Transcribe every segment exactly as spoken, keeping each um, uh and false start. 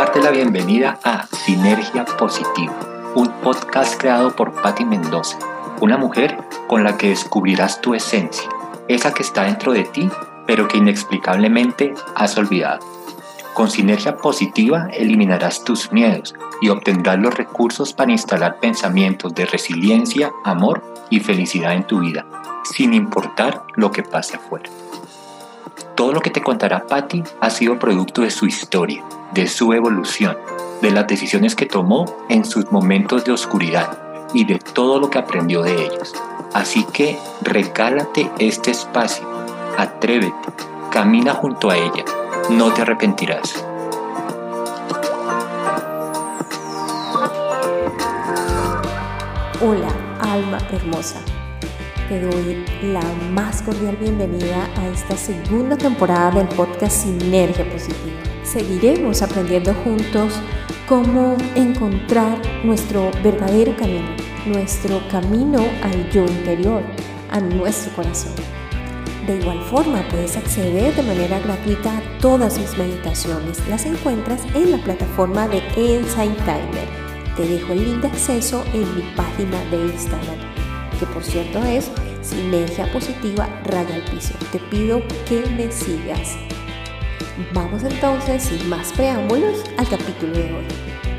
darte la bienvenida a Sinergia Positiva, un podcast creado por Patti Mendoza, una mujer con la que descubrirás tu esencia, esa que está dentro de ti, pero que inexplicablemente has olvidado. Con Sinergia Positiva eliminarás tus miedos y obtendrás los recursos para instalar pensamientos de resiliencia, amor y felicidad en tu vida, sin importar lo que pase afuera. Todo lo que te contará Patti ha sido producto de su historia, de su evolución, de las decisiones que tomó en sus momentos de oscuridad y de todo lo que aprendió de ellos. Así que regálate este espacio, atrévete, camina junto a ella, no te arrepentirás. Hola, alma hermosa. Te doy la más cordial bienvenida a esta segunda temporada del podcast Sinergia Positiva. Seguiremos aprendiendo juntos cómo encontrar nuestro verdadero camino, nuestro camino al yo interior, a nuestro corazón. De igual forma, puedes acceder de manera gratuita a todas mis meditaciones. Las encuentras en la plataforma de Insight Timer. Te dejo el link de acceso en mi página de Instagram, que por cierto es Sinergia Positiva Raya al Piso. Te pido que me sigas. Vamos entonces, sin más preámbulos, al capítulo de hoy.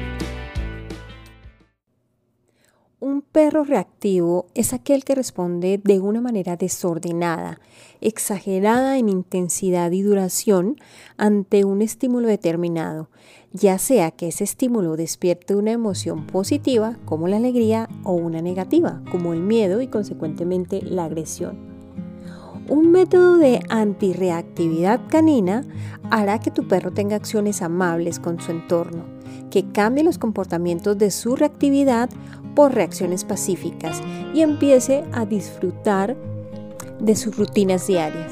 Un perro reactivo es aquel que responde de una manera desordenada, exagerada en intensidad y duración ante un estímulo determinado, ya sea que ese estímulo despierte una emoción positiva, como la alegría, o una negativa, como el miedo y consecuentemente la agresión. Un método de antirreactividad canina hará que tu perro tenga acciones amables con su entorno, que cambie los comportamientos de su reactividad por reacciones pacíficas y empiece a disfrutar de sus rutinas diarias.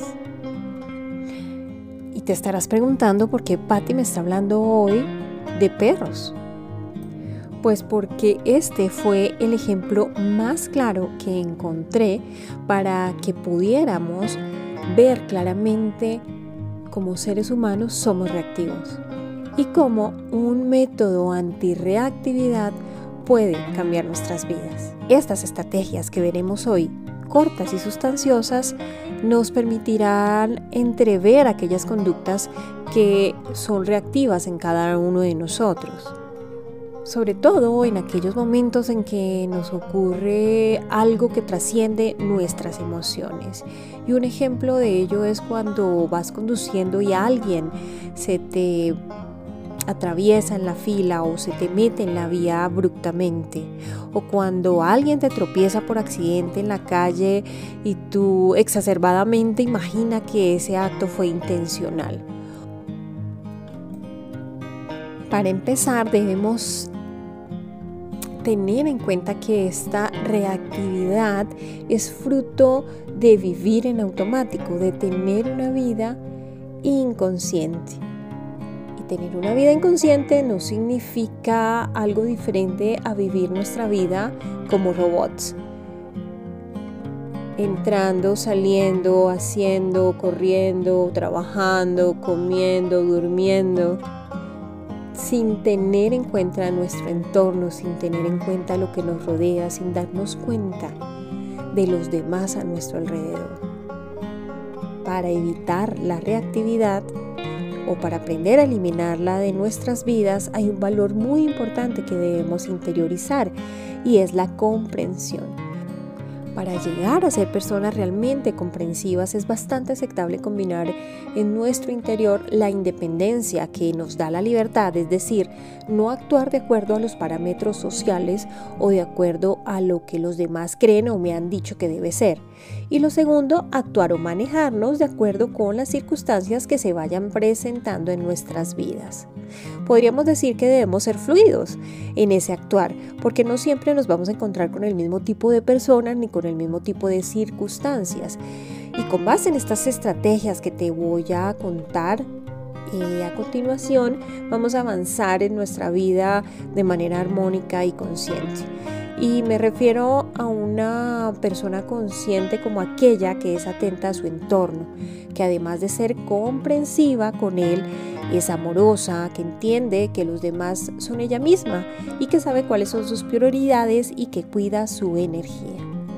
Y te estarás preguntando por qué Patti me está hablando hoy de perros. Pues porque este fue el ejemplo más claro que encontré para que pudiéramos ver claramente cómo seres humanos somos reactivos y cómo un método antirreactividad puede cambiar nuestras vidas. Estas estrategias que veremos hoy, cortas y sustanciosas, nos permitirán entrever aquellas conductas que son reactivas en cada uno de nosotros. Sobre todo en aquellos momentos en que nos ocurre algo que trasciende nuestras emociones. Y un ejemplo de ello es cuando vas conduciendo y alguien se te atraviesa en la fila o se te mete en la vía abruptamente, o cuando alguien te tropieza por accidente en la calle y tú exacerbadamente imagina que ese acto fue intencional. Para empezar, debemos tener en cuenta que esta reactividad es fruto de vivir en automático, de tener una vida inconsciente. Tener una vida inconsciente no significa algo diferente a vivir nuestra vida como robots. Entrando, saliendo, haciendo, corriendo, trabajando, comiendo, durmiendo, sin tener en cuenta nuestro entorno, sin tener en cuenta lo que nos rodea, sin darnos cuenta de los demás a nuestro alrededor. Para evitar la reactividad, o para aprender a eliminarla de nuestras vidas, hay un valor muy importante que debemos interiorizar y es la comprensión. Para llegar a ser personas realmente comprensivas es bastante aceptable combinar en nuestro interior la independencia que nos da la libertad, es decir, no actuar de acuerdo a los parámetros sociales o de acuerdo a lo que los demás creen o me han dicho que debe ser. Y lo segundo, actuar o manejarnos de acuerdo con las circunstancias que se vayan presentando en nuestras vidas. Podríamos decir que debemos ser fluidos en ese actuar, porque no siempre nos vamos a encontrar con el mismo tipo de personas ni con el mismo tipo de circunstancias. Y con base en estas estrategias que te voy a contar eh, a continuación, vamos a avanzar en nuestra vida de manera armónica y consciente. Y me refiero a una persona consciente como aquella que es atenta a su entorno, que además de ser comprensiva con él, es amorosa, que entiende que los demás son ella misma y que sabe cuáles son sus prioridades y que cuida su energía.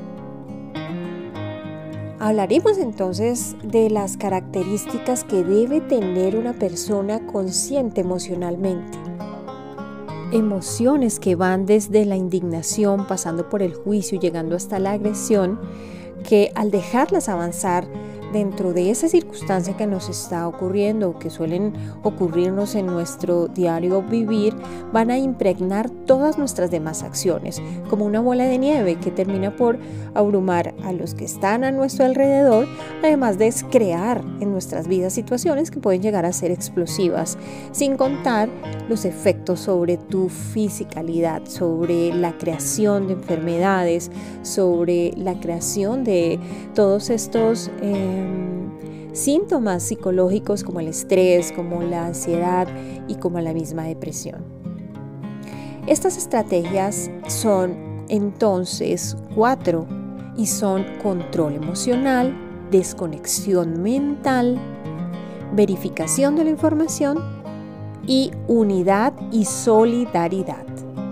Hablaremos entonces de las características que debe tener una persona consciente emocionalmente. Emociones que van desde la indignación, pasando por el juicio, llegando hasta la agresión, que al dejarlas avanzar dentro de esa circunstancia que nos está ocurriendo o que suelen ocurrirnos en nuestro diario vivir, van a impregnar todas nuestras demás acciones, como una bola de nieve que termina por abrumar a los que están a nuestro alrededor, además de crear en nuestras vidas situaciones que pueden llegar a ser explosivas, sin contar los efectos sobre tu fisicalidad, sobre la creación de enfermedades, sobre la creación de todos estos eh, síntomas psicológicos como el estrés, como la ansiedad y como la misma depresión. Estas estrategias son entonces cuatro y son control emocional, desconexión mental, verificación de la información y unidad y solidaridad.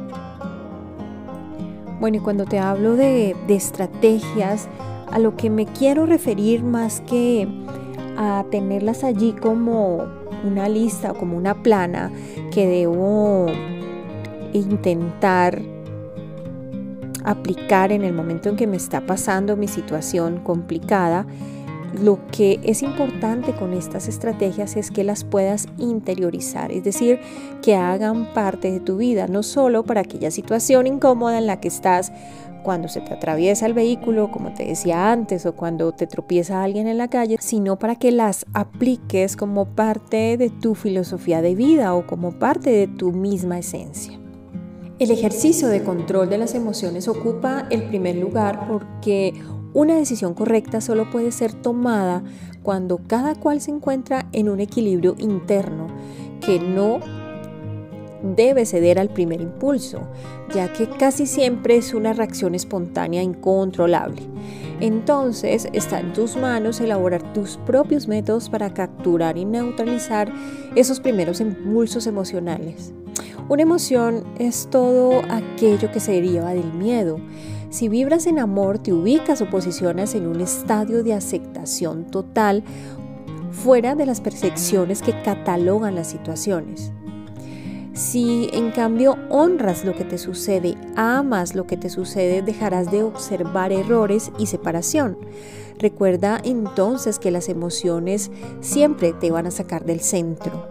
Bueno, y cuando te hablo de, de estrategias, a lo que me quiero referir más que a tenerlas allí como una lista o como una plana que debo intentar aplicar en el momento en que me está pasando mi situación complicada, lo que es importante con estas estrategias es que las puedas interiorizar, es decir, que hagan parte de tu vida, no solo para aquella situación incómoda en la que estás cuando se te atraviesa el vehículo, como te decía antes, o cuando te tropieza alguien en la calle, sino para que las apliques como parte de tu filosofía de vida o como parte de tu misma esencia. El ejercicio de control de las emociones ocupa el primer lugar porque una decisión correcta solo puede ser tomada cuando cada cual se encuentra en un equilibrio interno que no debe ceder al primer impulso, ya que casi siempre es una reacción espontánea incontrolable. Entonces está en tus manos elaborar tus propios métodos para capturar y neutralizar esos primeros impulsos emocionales. Una emoción es todo aquello que se deriva del miedo. Si vibras en amor, te ubicas o posicionas en un estadio de aceptación total, fuera de las percepciones que catalogan las situaciones. Si en cambio honras lo que te sucede, amas lo que te sucede, dejarás de observar errores y separación. Recuerda entonces que las emociones siempre te van a sacar del centro.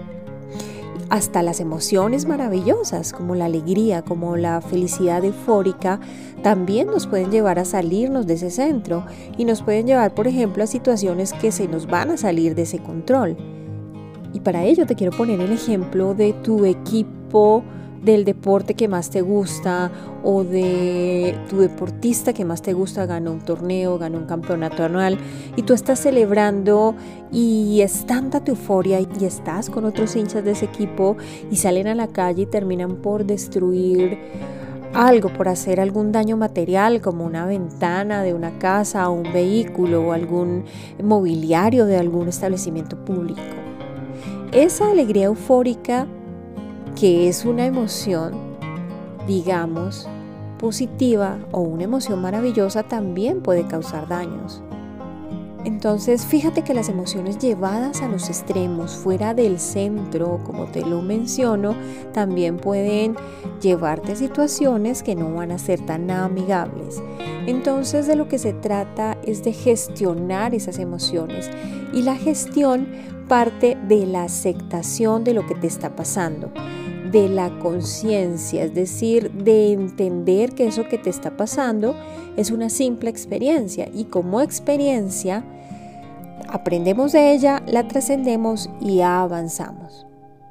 Hasta las emociones maravillosas como la alegría, como la felicidad eufórica, también nos pueden llevar a salirnos de ese centro y nos pueden llevar, por ejemplo, a situaciones que se nos van a salir de ese control. Y para ello te quiero poner el ejemplo de tu equipo del deporte que más te gusta o de tu deportista que más te gusta, ganó un torneo, ganó un campeonato anual y tú estás celebrando y es tanta tu euforia y estás con otros hinchas de ese equipo y salen a la calle y terminan por destruir algo, por hacer algún daño material como una ventana de una casa o un vehículo o algún mobiliario de algún establecimiento público. Esa alegría eufórica, que es una emoción, digamos, positiva o una emoción maravillosa, también puede causar daños. Entonces, fíjate que las emociones llevadas a los extremos, fuera del centro, como te lo menciono, también pueden llevarte a situaciones que no van a ser tan amigables. Entonces, de lo que se trata es de gestionar esas emociones y la gestión parte de la aceptación de lo que te está pasando, de la conciencia, es decir, de entender que eso que te está pasando es una simple experiencia y como experiencia aprendemos de ella, la trascendemos y avanzamos.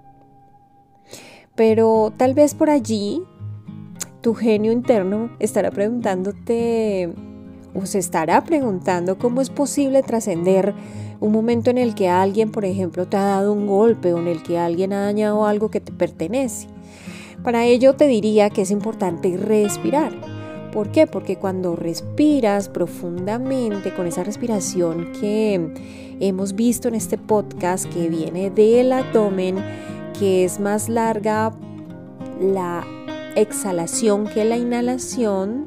Pero tal vez por allí tu genio interno estará preguntándote o se estará preguntando cómo es posible trascender un momento en el que alguien, por ejemplo, te ha dado un golpe o en el que alguien ha dañado algo que te pertenece. Para ello te diría que es importante respirar, ¿Por qué? Porque cuando respiras profundamente con esa respiración que hemos visto en este podcast, que viene del abdomen, que es más larga la exhalación que la inhalación,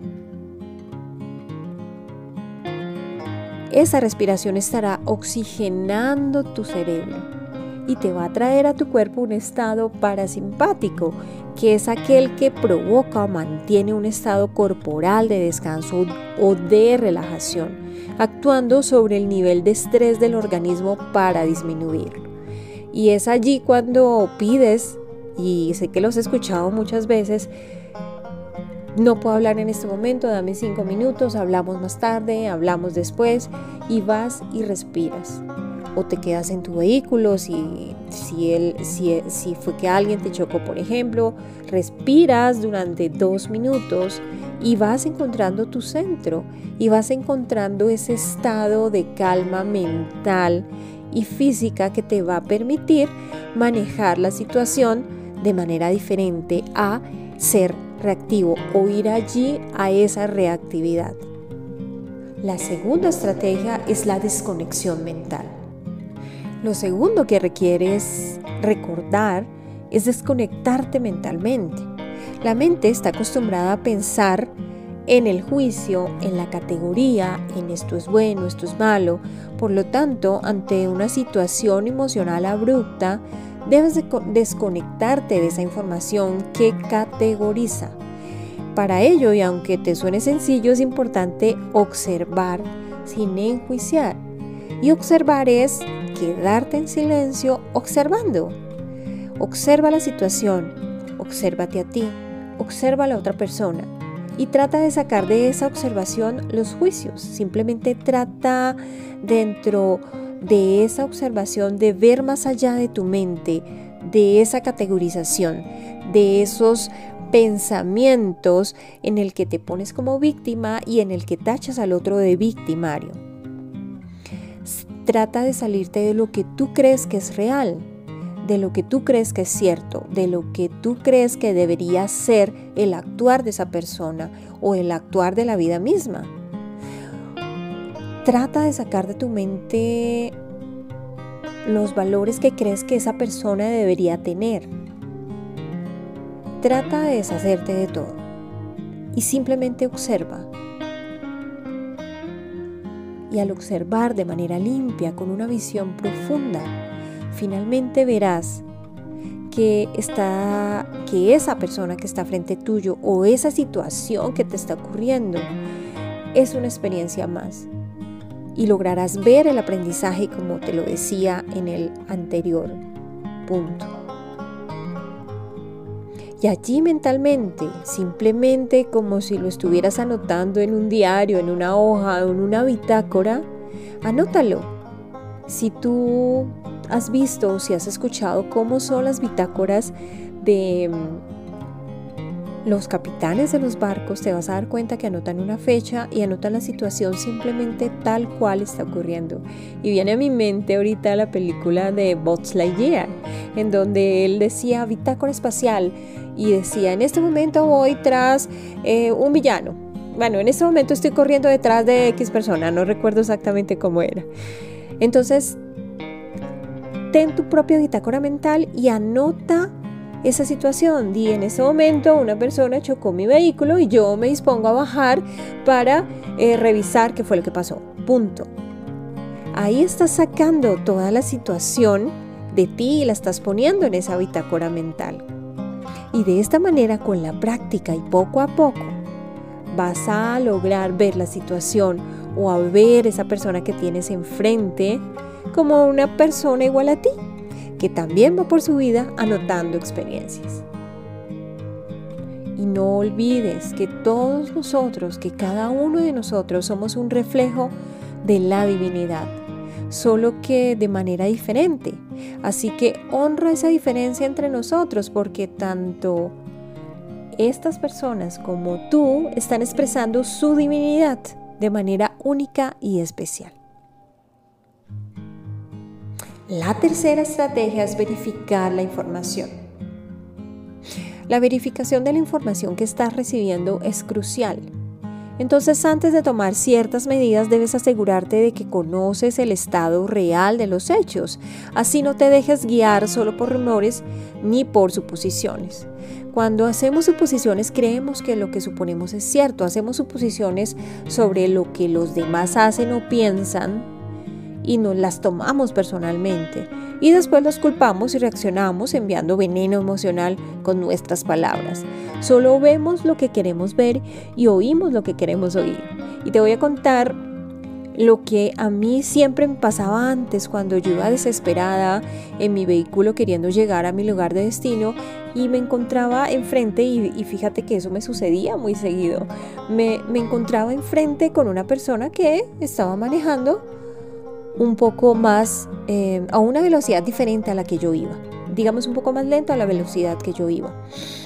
esa respiración estará oxigenando tu cerebro y te va a traer a tu cuerpo un estado parasimpático, que es aquel que provoca o mantiene un estado corporal de descanso o de relajación, actuando sobre el nivel de estrés del organismo para disminuirlo. Y es allí cuando pides, y sé que lo has escuchado muchas veces: no puedo hablar en este momento, dame cinco minutos, hablamos más tarde, hablamos después, y vas y respiras. O te quedas en tu vehículo, si, si, él, si, si fue que alguien te chocó, por ejemplo, respiras durante dos minutos y vas encontrando tu centro y vas encontrando ese estado de calma mental y física que te va a permitir manejar la situación de manera diferente a ser reactivo o ir allí a esa reactividad. La segunda estrategia es la desconexión mental. Lo segundo que requieres recordar es desconectarte mentalmente. La mente está acostumbrada a pensar en el juicio, en la categoría, en esto es bueno, esto es malo. Por lo tanto, ante una situación emocional abrupta, debes de desconectarte de esa información que categoriza. Para ello, y aunque te suene sencillo, es importante observar sin enjuiciar. Y observar es quedarte en silencio observando. Observa la situación, obsérvate a ti, observa a la otra persona y trata de sacar de esa observación los juicios. Simplemente trata dentro de esa observación de ver más allá de tu mente, de esa categorización, de esos pensamientos en el que te pones como víctima y en el que tachas al otro de victimario. Trata de salirte de lo que tú crees que es real, de lo que tú crees que es cierto, de lo que tú crees que debería ser el actuar de esa persona o el actuar de la vida misma. Trata de sacar de tu mente los valores que crees que esa persona debería tener. Trata de deshacerte de todo y simplemente observa. Y al observar de manera limpia, con una visión profunda, finalmente verás que, está, que esa persona que está frente tuyo o esa situación que te está ocurriendo es una experiencia más. Y lograrás ver el aprendizaje, como te lo decía en el anterior punto. Y allí mentalmente, simplemente como si lo estuvieras anotando en un diario, en una hoja o en una bitácora, anótalo. Si tú has visto o si has escuchado cómo son las bitácoras de los capitanes de los barcos, te vas a dar cuenta que anotan una fecha y anotan la situación simplemente tal cual está ocurriendo. Y viene a mi mente ahorita la película de Buzz Lightyear, en donde él decía bitácora espacial y decía: en este momento voy tras eh, un villano. Bueno, en este momento estoy corriendo detrás de X persona, no recuerdo exactamente cómo era. Entonces, ten tu propia bitácora mental y anota esa situación. Di: en ese momento una persona chocó mi vehículo y yo me dispongo a bajar para eh, revisar qué fue lo que pasó. Punto. Ahí estás sacando toda la situación de ti y la estás poniendo en esa bitácora mental. Y de esta manera, con la práctica y poco a poco, vas a lograr ver la situación o a ver esa persona que tienes enfrente como una persona igual a ti, que también va por su vida anotando experiencias. Y no olvides que todos nosotros, que cada uno de nosotros somos un reflejo de la divinidad, solo que de manera diferente. Así que honra esa diferencia entre nosotros, porque tanto estas personas como tú están expresando su divinidad de manera única y especial. La tercera estrategia es verificar la información. La verificación de la información que estás recibiendo es crucial. Entonces, antes de tomar ciertas medidas, debes asegurarte de que conoces el estado real de los hechos. Así no te dejes guiar solo por rumores ni por suposiciones. Cuando hacemos suposiciones, creemos que lo que suponemos es cierto. Hacemos suposiciones sobre lo que los demás hacen o piensan y nos las tomamos personalmente. Y después los culpamos y reaccionamos enviando veneno emocional con nuestras palabras. Solo vemos lo que queremos ver y oímos lo que queremos oír. Y te voy a contar lo que a mí siempre me pasaba antes, cuando yo iba desesperada en mi vehículo queriendo llegar a mi lugar de destino y me encontraba enfrente, y, y fíjate que eso me sucedía muy seguido, me, me encontraba enfrente con una persona que estaba manejando un poco más, eh, a una velocidad diferente a la que yo iba, digamos un poco más lento a la velocidad que yo iba.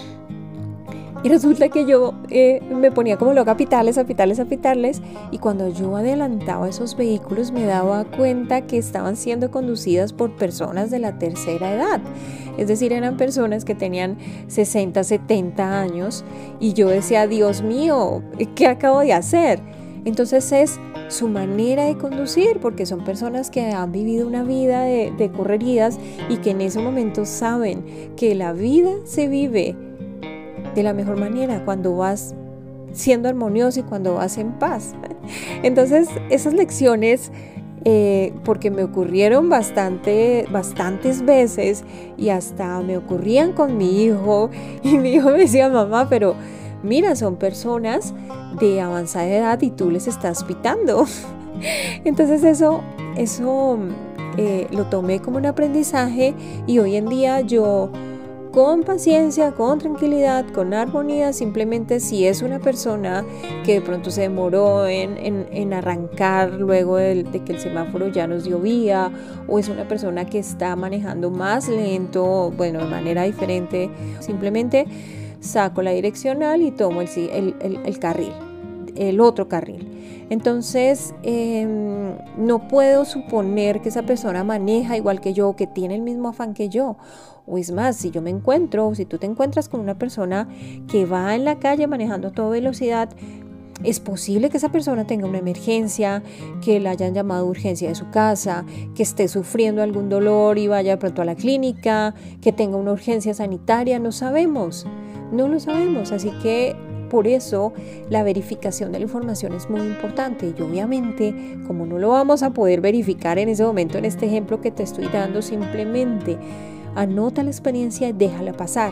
Y resulta que yo eh, me ponía como loca a pitarles, a pitarles, a pitarles, y cuando yo adelantaba esos vehículos me daba cuenta que estaban siendo conducidas por personas de la tercera edad. Es decir, eran personas que tenían sesenta, setenta años, y yo decía, Dios mío, ¿qué acabo de hacer? Entonces es su manera de conducir, porque son personas que han vivido una vida de, de correrías y que en ese momento saben que la vida se vive de la mejor manera cuando vas siendo armonioso y cuando vas en paz. Entonces esas lecciones, eh, porque me ocurrieron bastante, bastantes veces, y hasta me ocurrían con mi hijo, y mi hijo me decía, mamá, pero mira, son personas de avanzada edad y tú les estás pitando. Entonces eso, eso eh, lo tomé como un aprendizaje, y hoy en día yo, con paciencia, con tranquilidad, con armonía, simplemente si es una persona que de pronto se demoró en, en, en arrancar luego de, de que el semáforo ya nos dio vía, o es una persona que está manejando más lento, bueno, de manera diferente, simplemente saco la direccional y tomo el, el, el, el carril, el otro carril. Entonces, eh, no puedo suponer que esa persona maneja igual que yo, que tiene el mismo afán que yo. O es más, si yo me encuentro, o si tú te encuentras con una persona que va en la calle manejando a toda velocidad, es posible que esa persona tenga una emergencia, que la hayan llamado a urgencia de su casa, que esté sufriendo algún dolor y vaya de pronto a la clínica, que tenga una urgencia sanitaria. No sabemos, no lo sabemos. Así que por eso la verificación de la información es muy importante. Y obviamente, como no lo vamos a poder verificar en ese momento, en este ejemplo que te estoy dando, simplemente anota la experiencia y déjala pasar.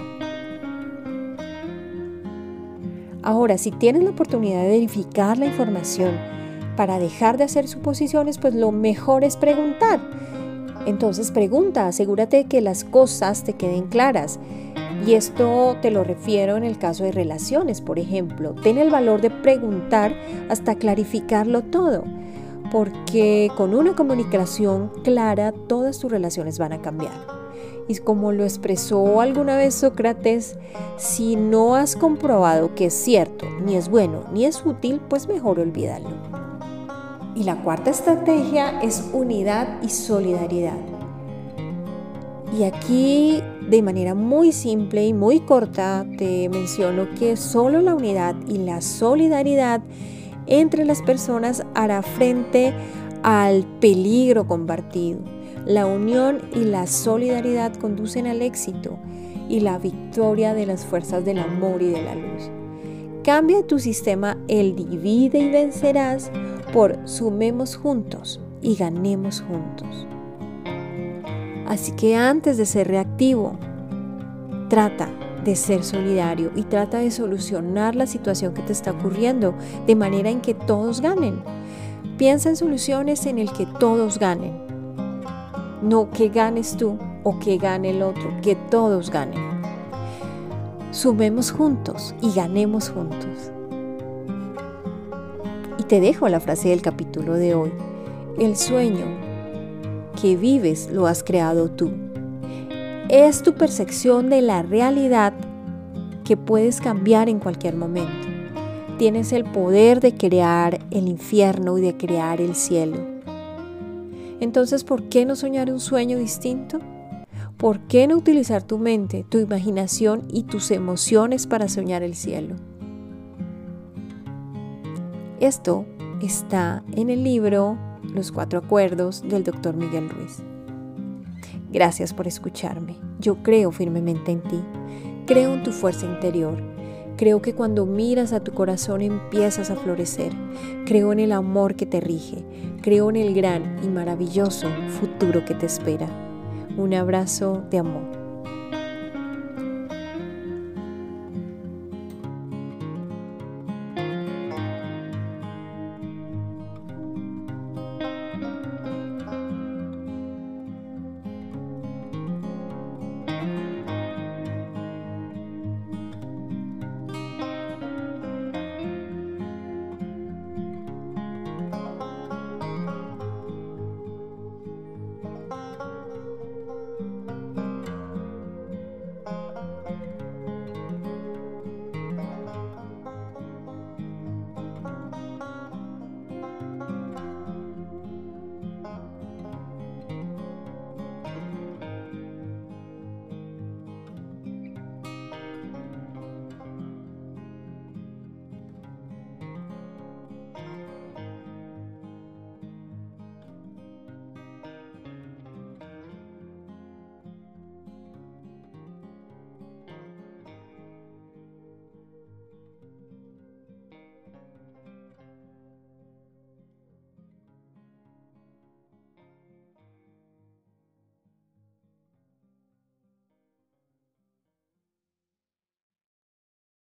Ahora, si tienes la oportunidad de verificar la información para dejar de hacer suposiciones, pues lo mejor es preguntar. Entonces pregunta, asegúrate de que las cosas te queden claras. Y esto te lo refiero en el caso de relaciones, por ejemplo. Ten el valor de preguntar hasta clarificarlo todo, porque con una comunicación clara todas tus relaciones van a cambiar. Y como lo expresó alguna vez Sócrates, si no has comprobado que es cierto, ni es bueno, ni es útil, pues mejor olvídalo. Y la cuarta estrategia es unidad y solidaridad. Y aquí, de manera muy simple y muy corta, te menciono que solo la unidad y la solidaridad entre las personas hará frente al peligro compartido. La unión y la solidaridad conducen al éxito y la victoria de las fuerzas del amor y de la luz. Cambia tu sistema el divide y vencerás por sumemos juntos y ganemos juntos. Así que antes de ser reactivo, trata de ser solidario y trata de solucionar la situación que te está ocurriendo de manera en que todos ganen. Piensa en soluciones en el que todos ganen. No que ganes tú o que gane el otro, que todos ganen. Sumemos juntos y ganemos juntos. Y te dejo la frase del capítulo de hoy. El sueño que vives lo has creado tú. Es tu percepción de la realidad que puedes cambiar en cualquier momento. Tienes el poder de crear el infierno y de crear el cielo. Entonces, ¿por qué no soñar un sueño distinto? ¿Por qué no utilizar tu mente, tu imaginación y tus emociones para soñar el cielo? Esto está en el libro Los Cuatro Acuerdos del doctor Miguel Ruiz. Gracias por escucharme. Yo creo firmemente en ti. Creo en tu fuerza interior. Creo que cuando miras a tu corazón empiezas a florecer. Creo en el amor que te rige. Creo en el gran y maravilloso futuro que te espera. Un abrazo de amor.